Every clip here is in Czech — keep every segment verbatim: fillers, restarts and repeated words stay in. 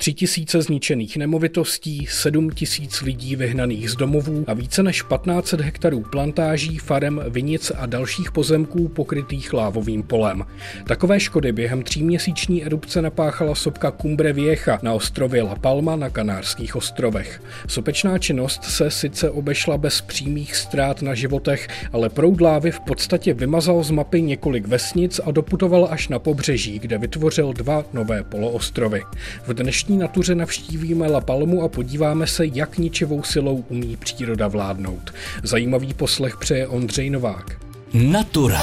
Tři tisíce zničených nemovitostí, sedm tisíc lidí vyhnaných z domovů a více než patnáct set hektarů plantáží, farem, vinic a dalších pozemků pokrytých lávovým polem. Takové škody během tříměsíční erupce napáchala sopka Cumbre Vieja na ostrově La Palma na Kanárských ostrovech. Sopečná činnost se sice obešla bez přímých ztrát na životech, ale proud lávy v podstatě vymazal z mapy několik vesnic a doputoval až na pobřeží, kde vytvořil dva nové poloostrovy. V dnešní natuře navštívíme La Palmu a podíváme se, jak ničivou silou umí příroda vládnout. Zajímavý poslech přeje Ondřej Novák. Natura.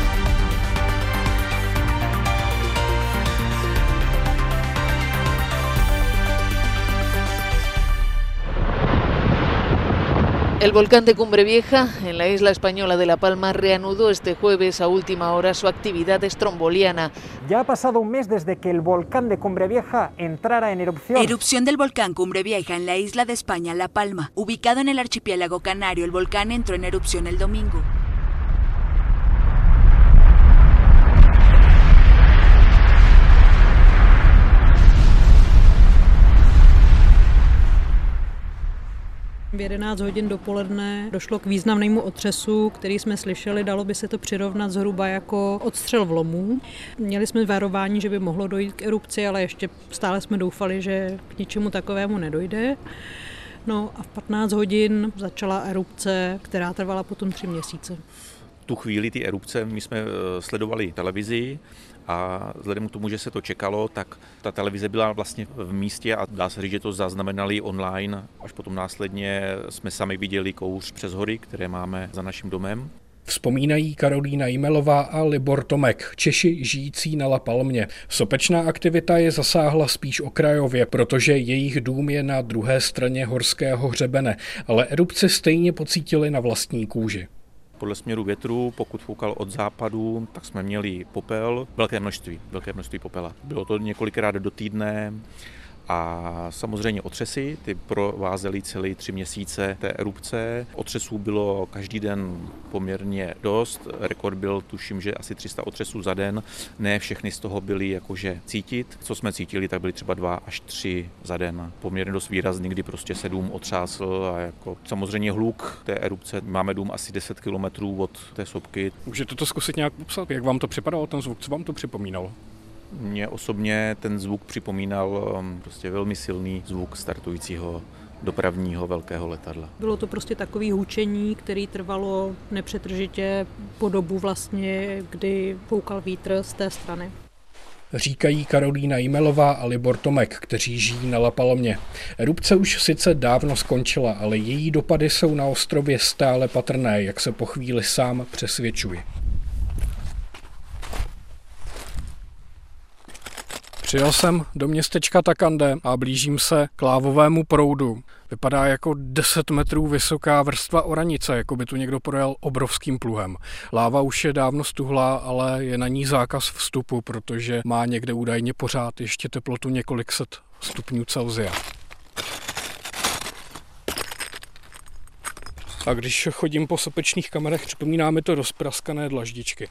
El volcán de Cumbre Vieja, en la isla española de La Palma, reanudó este jueves a última hora su actividad estromboliana. Ya ha pasado un mes desde que el volcán de Cumbre Vieja entrara en erupción. Erupción del volcán Cumbre Vieja en la isla de España, La Palma. Ubicado en el archipiélago canario, el volcán entró en erupción el domingo. V jedenáct hodin dopoledne došlo k významnému otřesu, který jsme slyšeli, dalo by se to přirovnat zhruba jako odstřel vlomů. Měli jsme varování, že by mohlo dojít k erupci, ale ještě stále jsme doufali, že k ničemu takovému nedojde. No a v patnáct hodin začala erupce, která trvala potom tři měsíce. Tu chvíli ty erupce my jsme sledovali televizi a vzhledem k tomu, že se to čekalo, tak ta televize byla vlastně v místě a dá se říct, že to zaznamenali online. Až potom následně jsme sami viděli kouř přes hory, které máme za naším domem. Vzpomínají Karolína Jmelová a Libor Tomek, Češi žijící na La Palmě. Sopečná aktivita je zasáhla spíš okrajově, protože jejich dům je na druhé straně horského hřebene, ale erupci stejně pocítili na vlastní kůži. Podle směru větru, pokud foukal od západu, tak jsme měli popel, velké množství, velké množství popela. Bylo to několikrát do týdne a samozřejmě otřesy, ty provázely celý tři měsíce té erupce. Otřesů bylo každý den poměrně dost, rekord byl tuším, že asi tři sta otřesů za den, ne všechny z toho byly jakože cítit. Co jsme cítili, tak byly třeba dva až tři za den. Poměrně dost výrazný, kdy prostě se dům otřásl a jako samozřejmě hluk té erupce. Máme dům asi deset kilometrů od té sopky. Můžete to zkusit nějak popsat? Jak vám to připadalo, ten zvuk? Co vám to připomínalo? Mně osobně ten zvuk připomínal prostě velmi silný zvuk startujícího dopravního velkého letadla. Bylo to prostě takové hučení, které trvalo nepřetržitě po dobu vlastně, kdy foukal vítr z té strany. Říkají Karolína Jmelová a Libor Tomek, kteří žijí na La Palmě. Erupce už sice dávno skončila, ale její dopady jsou na ostrově stále patrné, jak se po chvíli sám přesvědčuje. Přijel jsem do městečka Takande a blížím se k lávovému proudu. Vypadá jako deset metrů vysoká vrstva oranice, jako by tu někdo projel obrovským pluhem. Láva už je dávno stuhlá, ale je na ní zákaz vstupu, protože má někde údajně pořád ještě teplotu několik set stupňů Celsia. A když chodím po sopečných kamerech, připomíná mi to rozpraskané dlaždičky.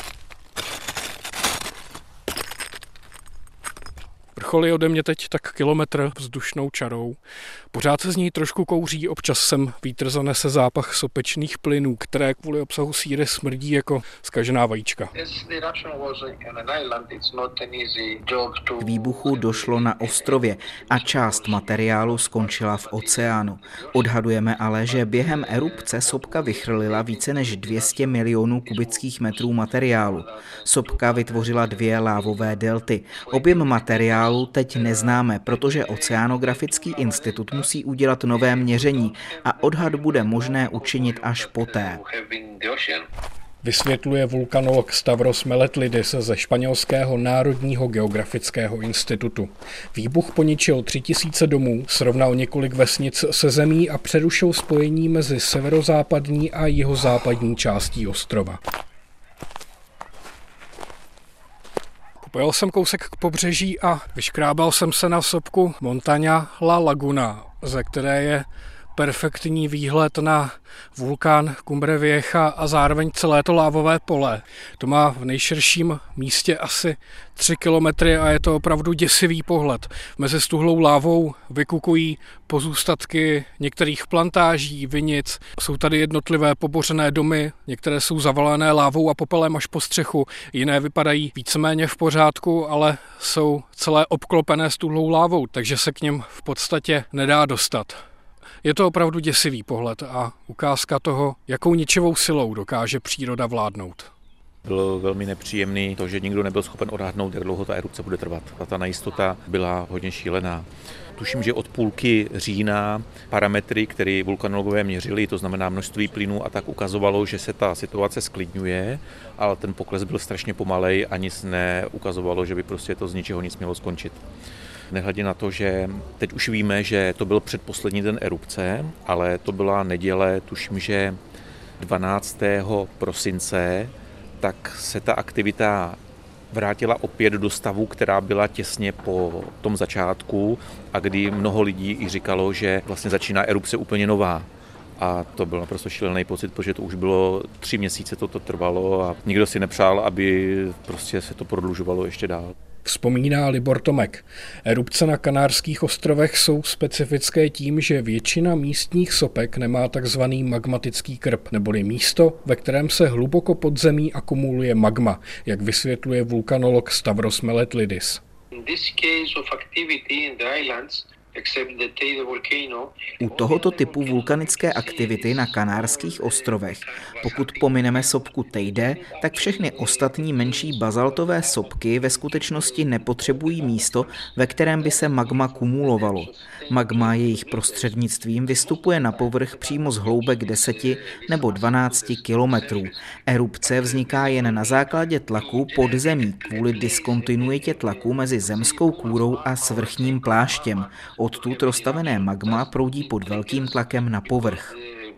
Vrchol je ode mě teď tak kilometr vzdušnou čarou. Pořád se z něj trošku kouří, občas sem vítr zanese zápach sopečných plynů, které kvůli obsahu síry smrdí jako zkažená vajíčka. K výbuchu došlo na ostrově a část materiálu skončila v oceánu. Odhadujeme ale, že během erupce sopka vychrlila více než dvě stě milionů kubických metrů materiálu. Sopka vytvořila dvě lávové delty. Objem materiálu teď neznáme, protože Oceanografický institut musí udělat nové měření a odhad bude možné učinit až poté. Vysvětluje vulkanolog Stavros Meletlidis ze španělského Národního geografického institutu. Výbuch poničil tři tisíce domů, srovnal několik vesnic se zemí a přerušil spojení mezi severozápadní a jihozápadní částí ostrova. Pojel jsem kousek k pobřeží a vyškrábal jsem se na sopku Montaña La Laguna, ze které je perfektní výhled na vulkán Cumbre Vieja a zároveň celé to lávové pole. To má v nejširším místě asi tři kilometry a je to opravdu děsivý pohled. Mezi stuhlou lávou vykukují pozůstatky některých plantáží, vinic. Jsou tady jednotlivé pobořené domy, některé jsou zavalené lávou a popelem až po střechu, jiné vypadají víceméně v pořádku, ale jsou celé obklopené stuhlou lávou, takže se k nim v podstatě nedá dostat. Je to opravdu děsivý pohled a ukázka toho, jakou ničivou silou dokáže příroda vládnout. Bylo velmi nepříjemný to, že nikdo nebyl schopen odhadnout, jak dlouho ta erupce bude trvat. A ta nejistota byla hodně šílená. Tuším, že od půlky října parametry, které vulkanologové měřili, to znamená množství plynů a tak ukazovalo, že se ta situace sklidňuje, ale ten pokles byl strašně pomalej a nic neukazovalo, že by prostě to z ničeho nic mělo skončit. Nehledě na to, že teď už víme, že to byl předposlední den erupce, ale to byla neděle, tuším, že dvanáctého prosince, tak se ta aktivita vrátila opět do stavu, která byla těsně po tom začátku a kdy mnoho lidí i říkalo, že vlastně začíná erupce úplně nová. A to byl naprosto šílený pocit, protože to už bylo tři měsíce toto trvalo a nikdo si nepřál, aby prostě se to prodlužovalo ještě dál. Vzpomíná Libor Tomek. Erupce na Kanárských ostrovech jsou specifické tím, že většina místních sopek nemá takzvaný magmatický krb, neboli místo, ve kterém se hluboko pod zemí akumuluje magma, jak vysvětluje vulkanolog Stavros Meletlidis. U tohoto typu vulkanické aktivity na Kanárských ostrovech, pokud pomineme sopku Teide, tak všechny ostatní menší bazaltové sopky ve skutečnosti nepotřebují místo, ve kterém by se magma kumulovalo. Magma jejich prostřednictvím vystupuje na povrch přímo z hloubek deseti nebo dvanácti kilometrů. Erupce vzniká jen na základě tlaku pod zemí kvůli diskontinuitě tlaku mezi zemskou kůrou a svrchním pláštěm. Odtud roztavené magma proudí pod velkým tlakem na povrch.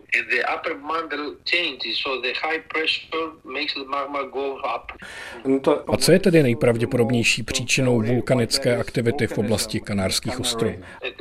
A co je tedy nejpravděpodobnější příčinou vulkanické aktivity v oblasti Kanárských ostrovů?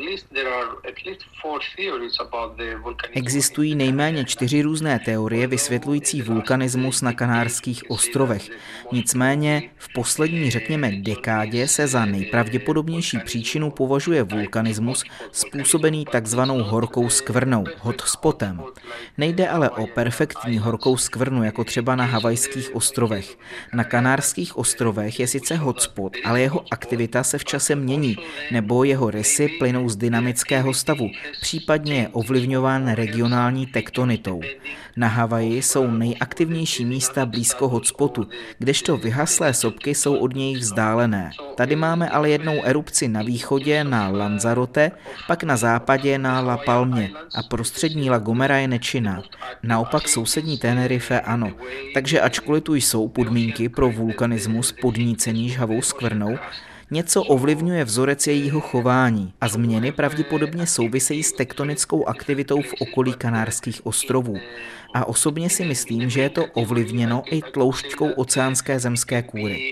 Existují nejméně čtyři různé teorie vysvětlující vulkanismus na Kanárských ostrovech. Nicméně v poslední, řekněme, dekádě se za nejpravděpodobnější příčinu považuje vulkanismus způsobený takzvanou horkou skvrnou, hotspotem. Nejde ale o perfektní horkou skvrnu, jako třeba na Havajských ostrovech. Na Kanárských ostrovech je sice hotspot, ale jeho aktivita se v čase mění, nebo jeho rysy plynou z dynamického stavu, případně je ovlivňován regionální tektonitou. Na Havaji jsou nejaktivnější místa blízko hotspotu, kdežto vyhaslé sopky jsou od něj vzdálené. Tady máme ale jednou erupci na východě na Lanzarote, pak na západě na La Palmě a prostřední La Gomera je nečinná. Naopak sousední Tenerife ano. Takže ačkoliv tu jsou podmínky pro vulkanismus podnícený žhavou skvrnou, něco ovlivňuje vzorec jejího chování a změny pravděpodobně souvisejí s tektonickou aktivitou v okolí Kanárských ostrovů. A osobně si myslím, že je to ovlivněno i tloušťkou oceánské zemské kůry.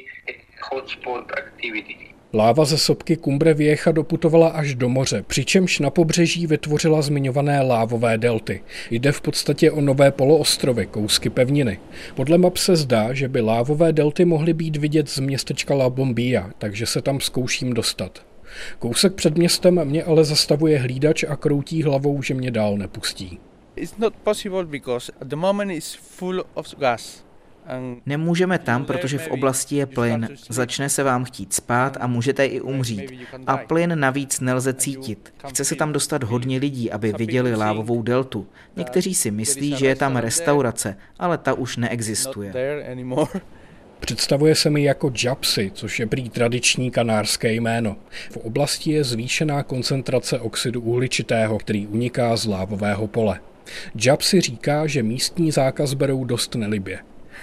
Láva ze sopky Cumbre Vieja doputovala až do moře, přičemž na pobřeží vytvořila zmiňované lávové delty. Jde v podstatě o nové poloostrovy, kousky pevniny. Podle map se zdá, že by lávové delty mohly být vidět z městečka La Bombilla, takže se tam zkouším dostat. Kousek před městem mě ale zastavuje hlídač a kroutí hlavou, že mě dál nepustí. It's not possible because at the moment it's full of gas. Nemůžeme tam, protože v oblasti je plyn. Začne se vám chtít spát a můžete i umřít. A plyn navíc nelze cítit. Chce se tam dostat hodně lidí, aby viděli lávovou deltu. Někteří si myslí, že je tam restaurace, ale ta už neexistuje. Představuje se mi jako Džapsi, což je prý tradiční kanárské jméno. V oblasti je zvýšená koncentrace oxidu uhličitého, který uniká z lávového pole. Džapsi říká, že místní zákaz berou dost nelibě.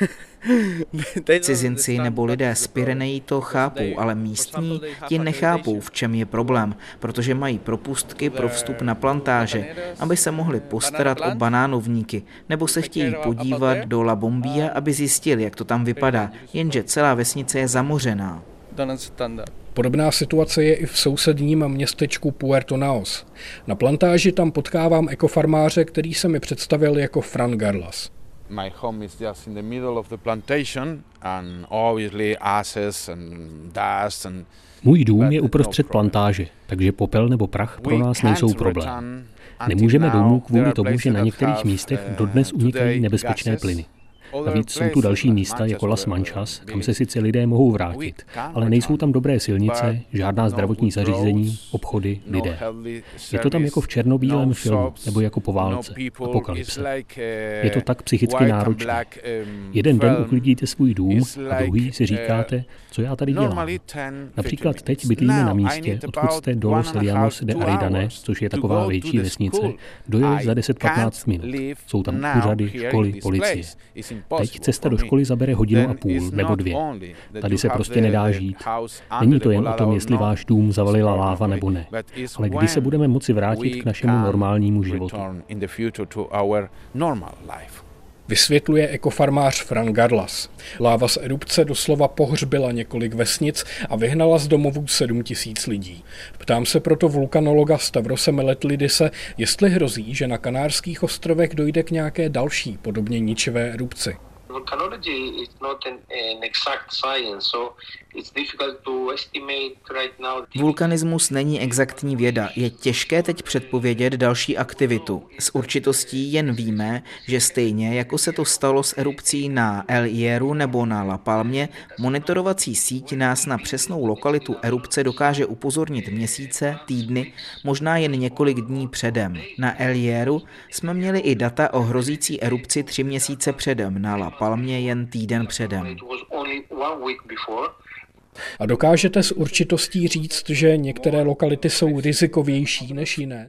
Cizinci nebo lidé z Pyrenejí to chápou, ale místní ti nechápou, v čem je problém, protože mají propustky pro vstup na plantáže, aby se mohli postarat o banánovníky, nebo se chtějí podívat do La Bombilla, aby zjistili, jak to tam vypadá, jenže celá vesnice je zamořená. Podobná situace je i v sousedním městečku Puerto Naos. Na plantáži tam potkávám ekofarmáře, který se mi představil jako Fran Garlas. My home is just in the middle of the plantation and obviously ashes and dust and Můj dům je uprostřed plantáže, takže popel nebo prach pro nás nejsou problém. Nemůžeme domů kvůli tomu, že na některých místech dodnes unikají nebezpečné plyny. Navíc jsou tu další místa jako Las Manchas, kam se sice lidé mohou vrátit, ale nejsou tam dobré silnice, žádná zdravotní zařízení, obchody, lidé. Je to tam jako v černobílém filmu, nebo jako po válce, apokalypse. Je to tak psychicky náročné. Jeden den uklidíte svůj dům a druhý si říkáte, co já tady dělám. Například teď bydlíme na místě, odkud jste do Los Llanos de Aridane, což je taková větší vesnice, dojeli za deset patnáct minut. Jsou tam úřady, školy, policie. Teď cesta do školy zabere hodinu a půl nebo dvě. Tady se prostě nedá žít. Není to jen o tom, jestli váš dům zavalila láva nebo ne, ale kdy se budeme moci vrátit k našemu normálnímu životu. Vysvětluje ekofarmář Fran Garlas. Láva z erupce doslova pohřbila několik vesnic a vyhnala z domovů sedm tisíc lidí. Ptám se proto vulkanologa Stavrose Meletlidise, jestli hrozí, že na Kanárských ostrovech dojde k nějaké další podobně ničivé erupci. Vulkanismus není exaktní věda, je těžké teď předpovědět další aktivitu. S určitostí jen víme, že stejně jako se to stalo s erupcí na El Hierru nebo na La Palmě, monitorovací síť nás na přesnou lokalitu erupce dokáže upozornit měsíce, týdny, možná jen několik dní předem. Na El Hierru jsme měli i data o hrozící erupci tři měsíce předem, na La Palmě jen týden předem. A dokážete s určitostí říct, že některé lokality jsou rizikovější než jiné?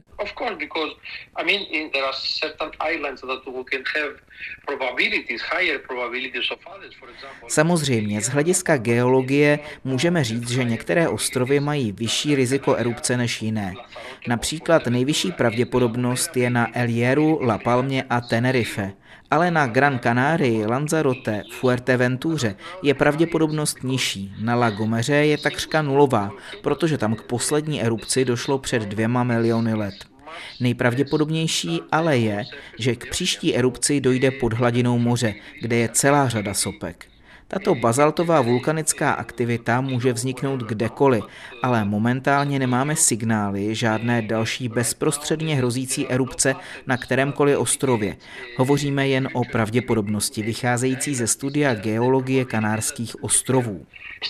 Samozřejmě, z hlediska geologie můžeme říct, že některé ostrovy mají vyšší riziko erupce než jiné. Například nejvyšší pravděpodobnost je na El Hierru, La Palmě a Tenerife. Ale na Gran Canarii, Lanzarote, Fuerteventuře je pravděpodobnost nižší. Na La Gomeře je takřka nulová, protože tam k poslední erupci došlo před dvěma miliony let. Nejpravděpodobnější ale je, že k příští erupci dojde pod hladinou moře, kde je celá řada sopek. Tato bazaltová vulkanická aktivita může vzniknout kdekoliv, ale momentálně nemáme signály žádné další bezprostředně hrozící erupce na kterémkoliv ostrově. Hovoříme jen o pravděpodobnosti vycházející ze studia geologie Kanárských ostrovů.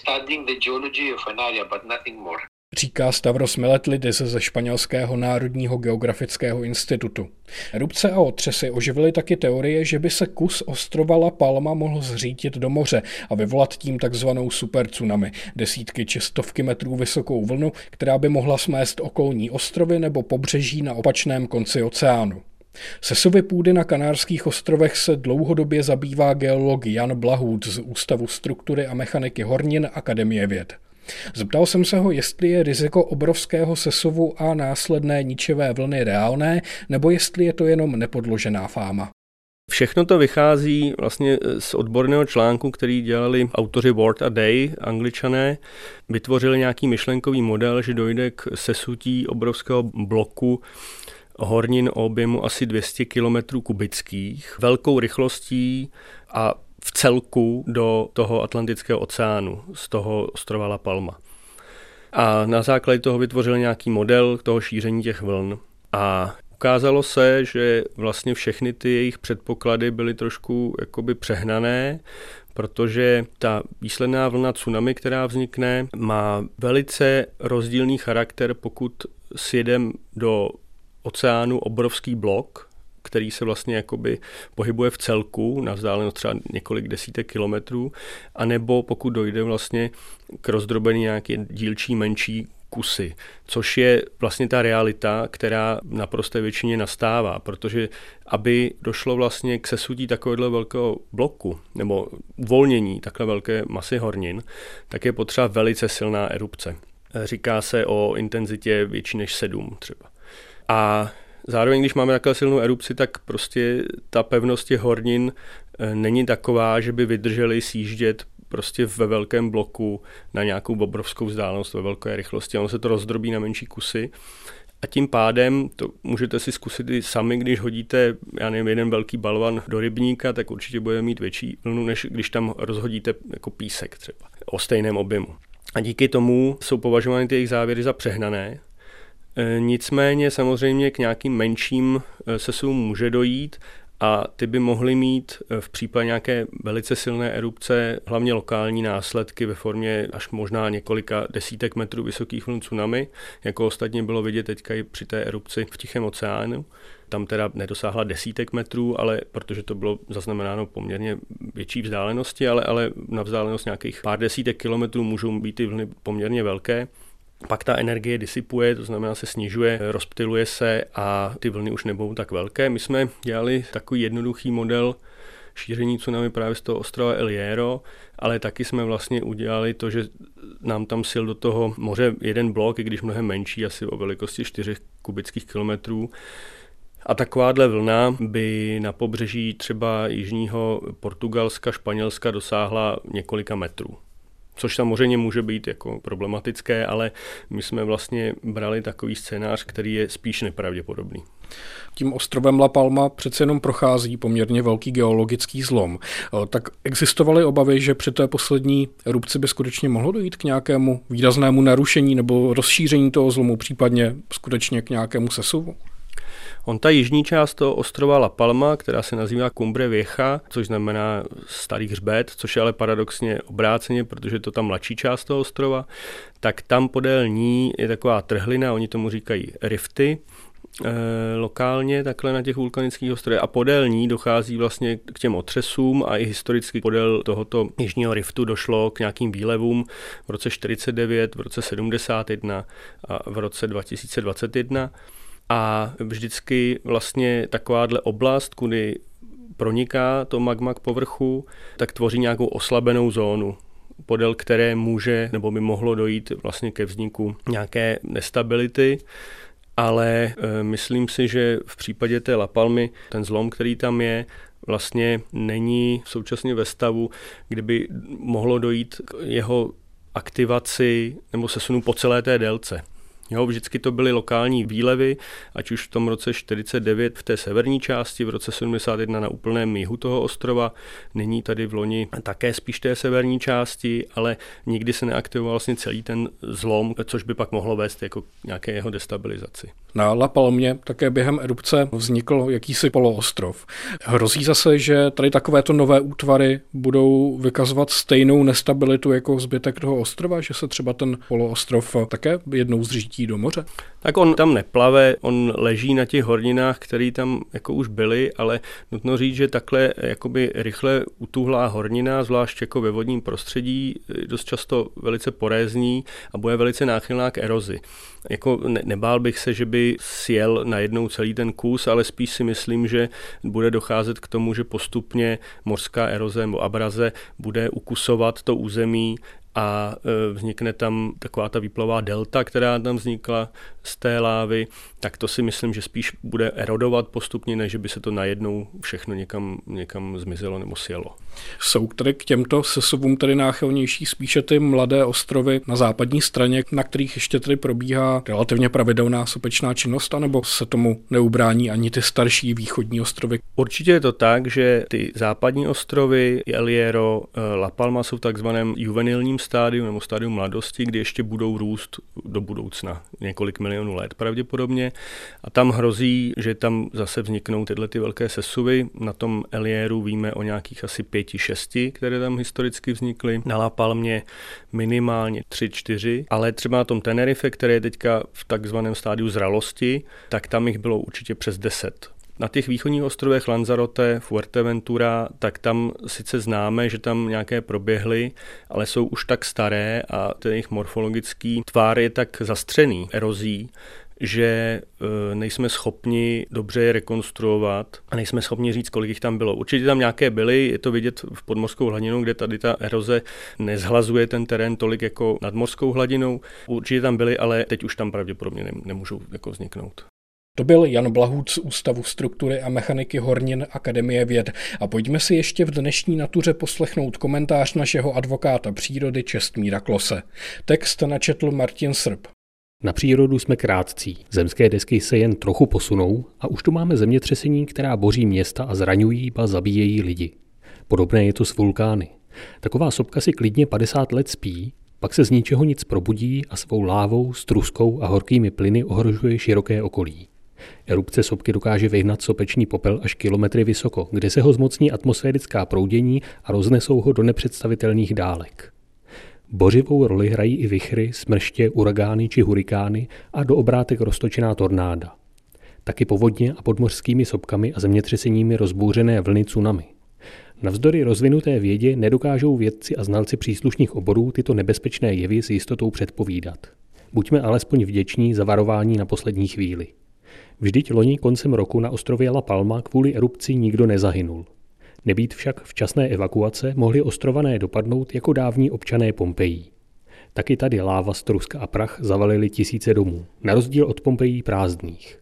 Říká Stavros Meletlidis ze Španělského národního geografického institutu. Erupce a otřesy oživily taky teorie, že by se kus ostrova La Palma mohl zřítit do moře a vyvolat tím takzvanou supertsunami, desítky či stovky metrů vysokou vlnu, která by mohla smést okolní ostrovy nebo pobřeží na opačném konci oceánu. Sesuvy půdy na Kanárských ostrovech se dlouhodobě zabývá geolog Jan Blahůd z Ústavu struktury a mechaniky hornin Akademie věd. Zeptal jsem se ho, jestli je riziko obrovského sesuvu a následné ničivé vlny reálné, nebo jestli je to jenom nepodložená fáma. Všechno to vychází vlastně z odborného článku, který dělali autoři Ward a Day, Angličané. Vytvořili nějaký myšlenkový model, že dojde k sesutí obrovského bloku hornin o objemu asi dvě stě kilometrů kubických, velkou rychlostí a v celku do toho Atlantického oceánu, z toho ostrova La Palma. A na základě toho vytvořil nějaký model toho šíření těch vln. A ukázalo se, že vlastně všechny ty jejich předpoklady byly trošku jakoby přehnané, protože ta výsledná vlna tsunami, která vznikne, má velice rozdílný charakter, pokud sjedem do oceánu obrovský blok, který se vlastně jakoby pohybuje v celku na vzdálenost třeba několik desítek kilometrů, anebo pokud dojde vlastně k rozdrobení nějaké dílčí menší kusy, což je vlastně ta realita, která na prosté většině nastává, protože aby došlo vlastně k sesutí takového velkého bloku nebo uvolnění takhle velké masy hornin, tak je potřeba velice silná erupce. Říká se o intenzitě větší než sedm třeba. A zároveň, když máme takhle silnou erupci, tak prostě ta pevnost těch hornin není taková, že by vydrželi sjíždět prostě ve velkém bloku na nějakou obrovskou vzdálenost ve velké rychlosti. Ono se to rozdrobí na menší kusy. A tím pádem, to můžete si zkusit i sami, když hodíte, já nevím, jeden velký balvan do rybníka, tak určitě bude mít větší vlnu, než když tam rozhodíte jako písek třeba o stejném objemu. A díky tomu jsou považovány ty jejich závěry za přehnané. E, nicméně samozřejmě k nějakým menším sesuvům může dojít a ty by mohly mít v případě nějaké velice silné erupce hlavně lokální následky ve formě až možná několika desítek metrů vysokých vln tsunami, jako ostatně bylo vidět teďka i při té erupci v Tichém oceánu. Tam teda nedosáhla desítek metrů, ale protože to bylo zaznamenáno poměrně větší vzdálenosti, ale, ale na vzdálenost nějakých pár desítek kilometrů můžou být ty vlny poměrně velké. Pak ta energie disipuje, to znamená se snižuje, rozptyluje se a ty vlny už nebudou tak velké. My jsme dělali takový jednoduchý model šíření tsunami právě z toho ostrova El Hierro, ale taky jsme vlastně udělali to, že nám tam sil do toho moře jeden blok, i když mnohem menší, asi o velikosti čtyři kubických kilometrů. A takováhle vlna by na pobřeží třeba jižního Portugalska, Španělska dosáhla několika metrů. Což samozřejmě může být jako problematické, ale my jsme vlastně brali takový scénář, který je spíš nepravděpodobný. Tím ostrovem La Palma přece jenom prochází poměrně velký geologický zlom. Tak existovaly obavy, že při té poslední erupci by skutečně mohlo dojít k nějakému výraznému narušení nebo rozšíření toho zlomu, případně skutečně k nějakému sesuvu? On ta jižní část toho ostrova La Palma, která se nazývá Cumbre Vieja, což znamená starý hřbet, což je ale paradoxně obráceně, protože to ta mladší část toho ostrova, tak tam podél ní je taková trhlina, oni tomu říkají rifty, e, lokálně takhle na těch vulkanických ostrovech a podél ní dochází vlastně k těm otřesům a i historicky podél tohoto jižního riftu došlo k nějakým výlevům v roce čtyřicet devět, v roce sedmdesát jedna a v roce dva tisíce dvacet jedna. A vždycky vlastně takováhle oblast, kudy proniká to magma k povrchu, tak tvoří nějakou oslabenou zónu, podél které může nebo by mohlo dojít vlastně ke vzniku nějaké nestability, ale e, myslím si, že v případě té La Palmy ten zlom, který tam je, vlastně není současně ve stavu, kdyby mohlo dojít k jeho aktivaci nebo sesunu po celé té délce. Jo, vždycky to byly lokální výlevy, ať už v tom roce čtyřicet devět v té severní části, v roce sedmdesát jedna na úplném jihu toho ostrova, nyní tady v loni také spíš té severní části, ale nikdy se neaktivoval vlastně celý ten zlom, což by pak mohlo vést jako k nějaké jeho destabilizaci. Na La Palmě také během erupce vznikl jakýsi poloostrov. Hrozí zase, že tady takovéto nové útvary budou vykazovat stejnou nestabilitu jako zbytek toho ostrova, že se třeba ten poloostrov také jednou zřítí do moře? Tak on tam neplave, on leží na těch horninách, které tam jako už byly, ale nutno říct, že takhle jakoby rychle utuhlá hornina, zvlášť jako ve vodním prostředí, dost často velice porézní a bude velice náchylná k erozi. Jako ne, nebál bych se, že by sjel najednou celý ten kus, ale spíš si myslím, že bude docházet k tomu, že postupně mořská eroze nebo abraze bude ukusovat to území a vznikne tam taková ta výplavová delta, která tam vznikla z té lávy, tak to si myslím, že spíš bude erodovat postupně, než by se to najednou všechno někam, někam zmizelo nebo sjelo. Jsou tedy k těmto sesuvům tedy náchylnější spíše ty mladé ostrovy na západní straně, na kterých ještě tedy probíhá relativně pravidelná sopečná činnost, anebo se tomu neubrání ani ty starší východní ostrovy? Určitě je to tak, že ty západní ostrovy, El Hierro, La Palma jsou v takzvaném juvenilním stádiu nebo stádiu mladosti, kdy ještě budou růst do budoucna několik milionů let pravděpodobně a tam hrozí, že tam zase vzniknou tyhle ty velké sesuvy. Na tom El Hierru víme o nějakých asi pěti, šesti, které tam historicky vznikly. Na La Palmě minimálně tři, čtyři, ale třeba na tom Tenerife, které je teďka v takzvaném stádiu zralosti, tak tam jich bylo určitě přes deset. Na těch východních ostrovech Lanzarote, Fuerteventura, tak tam sice známe, že tam nějaké proběhly, ale jsou už tak staré a ten jejich morfologický tvar je tak zastřený erozí, že nejsme schopni dobře je rekonstruovat a nejsme schopni říct, kolik jich tam bylo. Určitě tam nějaké byly, je to vidět v podmořskou hladinou, kde tady ta eroze nezhlazuje ten terén tolik jako nad mořskou hladinou. Určitě tam byly, ale teď už tam pravděpodobně nemůžou jako vzniknout. To byl Jan Blahůd z Ústavu struktury a mechaniky hornin Akademie věd. A pojďme si ještě v dnešní Natuře poslechnout komentář našeho advokáta přírody Čestmíra Klose. Text načetl Martin Srb. Na přírodu jsme krátcí. Zemské desky se jen trochu posunou a už tu máme zemětřesení, která boří města a zraňují, ba zabíjejí lidi. Podobné je to s vulkány. Taková sopka si klidně padesát let spí, pak se z ničeho nic probudí a svou lávou, struskou a horkými plyny ohrožuje široké okolí. Erupce sopky dokáže vyhnat sopečný popel až kilometry vysoko, kde se ho zmocní atmosférická proudění a roznesou ho do nepředstavitelných dálek. Bořivou roli hrají i vichry, smrště, uragány či hurikány a do obrátek roztočená tornáda. Taky povodně a podmořskými sopkami a zemětřeseními rozbouřené vlny tsunami. Navzdory rozvinuté vědě nedokážou vědci a znalci příslušných oborů tyto nebezpečné jevy s jistotou předpovídat. Buďme alespoň vděční za varování na poslední chvíli. Vždyť loni koncem roku na ostrově La Palma kvůli erupci nikdo nezahynul. Nebýt však včasné evakuace, mohli ostrované dopadnout jako dávní občané Pompejí. Taky tady láva, struska a prach zavalili tisíce domů, na rozdíl od Pompejí prázdných.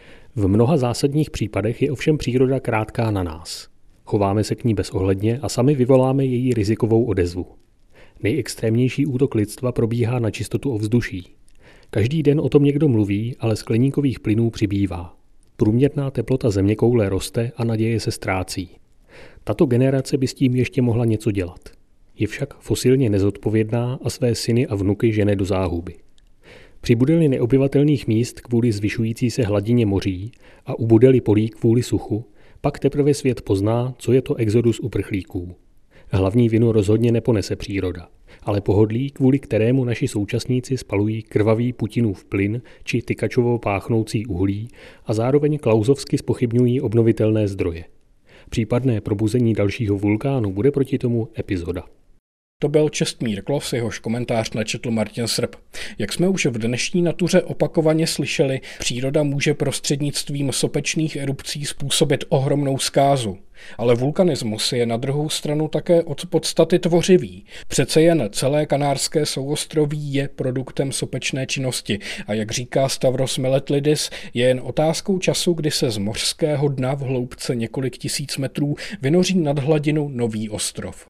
V mnoha zásadních případech je ovšem příroda krátká na nás. Chováme se k ní bezohledně a sami vyvoláme její rizikovou odezvu. Nejextrémnější útok lidstva probíhá na čistotu ovzduší. Každý den o tom někdo mluví, ale skleníkových plynů přibývá. Průměrná teplota zeměkoule roste a naděje se ztrácí. Tato generace by s tím ještě mohla něco dělat. Je však fosilně nezodpovědná a své syny a vnuky žene do záhuby. Přibude-li neobyvatelných míst kvůli zvyšující se hladině moří a ubude-li polí kvůli suchu, pak teprve svět pozná, co je to exodus uprchlíků. Hlavní vinu rozhodně neponese příroda, ale pohodlí, kvůli kterému naši současníci spalují krvavý Putinův plyn či Tykačovo páchnoucí uhlí a zároveň klauzovsky zpochybňují obnovitelné zdroje. Případné probuzení dalšího vulkánu bude proti tomu epizoda. To byl Čestmír Klos, jehož komentář načetl Martin Srb. Jak jsme už v dnešní Natuře opakovaně slyšeli, příroda může prostřednictvím sopečných erupcí způsobit ohromnou zkázu. Ale vulkanismus je na druhou stranu také od podstaty tvořivý. Přece jen celé Kanárské souostroví je produktem sopečné činnosti a jak říká Stavros Meletlidis, je jen otázkou času, kdy se z mořského dna v hloubce několik tisíc metrů vynoří nad hladinu nový ostrov.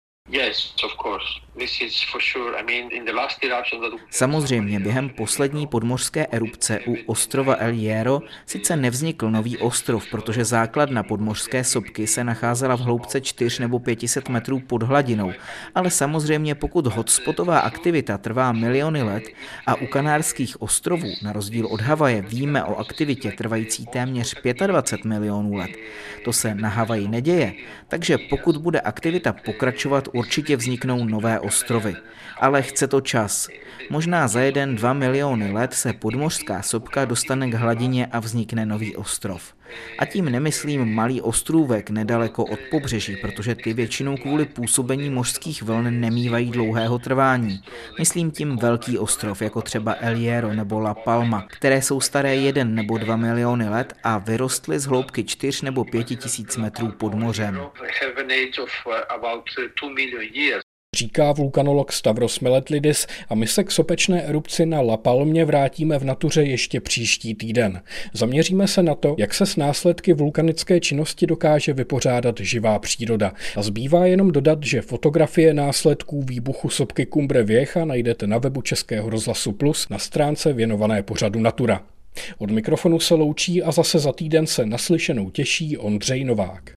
Samozřejmě během poslední podmořské erupce u ostrova El Hierro sice nevznikl nový ostrov, protože základna podmořské sopky se nacházela v hloubce čtyř nebo pět set metrů pod hladinou, ale samozřejmě pokud hotspotová aktivita trvá miliony let a u Kanárských ostrovů, na rozdíl od Havaje, víme o aktivitě trvající téměř dvacet pět milionů let, to se na Havaji neděje, takže pokud bude aktivita pokračovat, určitě vzniknou nové ostrovy. Ale chce to čas. Možná za jeden, dva miliony let se podmořská sopka dostane k hladině a vznikne nový ostrov. A tím nemyslím malý ostrůvek nedaleko od pobřeží, protože ty většinou kvůli působení mořských vln nemívají dlouhého trvání. Myslím tím velký ostrov, jako třeba El Hierro nebo La Palma, které jsou staré jeden nebo dva miliony let a vyrostly z hloubky čtyř nebo pět tisíc metrů pod mořem. Říká vulkanolog Stavros Meletlidis a my se k sopečné erupci na La Palmě vrátíme v Natuře ještě příští týden. Zaměříme se na to, jak se s následky vulkanické činnosti dokáže vypořádat živá příroda. A zbývá jenom dodat, že fotografie následků výbuchu sopky Cumbre Vieja najdete na webu Českého rozhlasu Plus na stránce věnované pořadu Natura. Od mikrofonu se loučí a zase za týden se naslyšenou těší Ondřej Novák.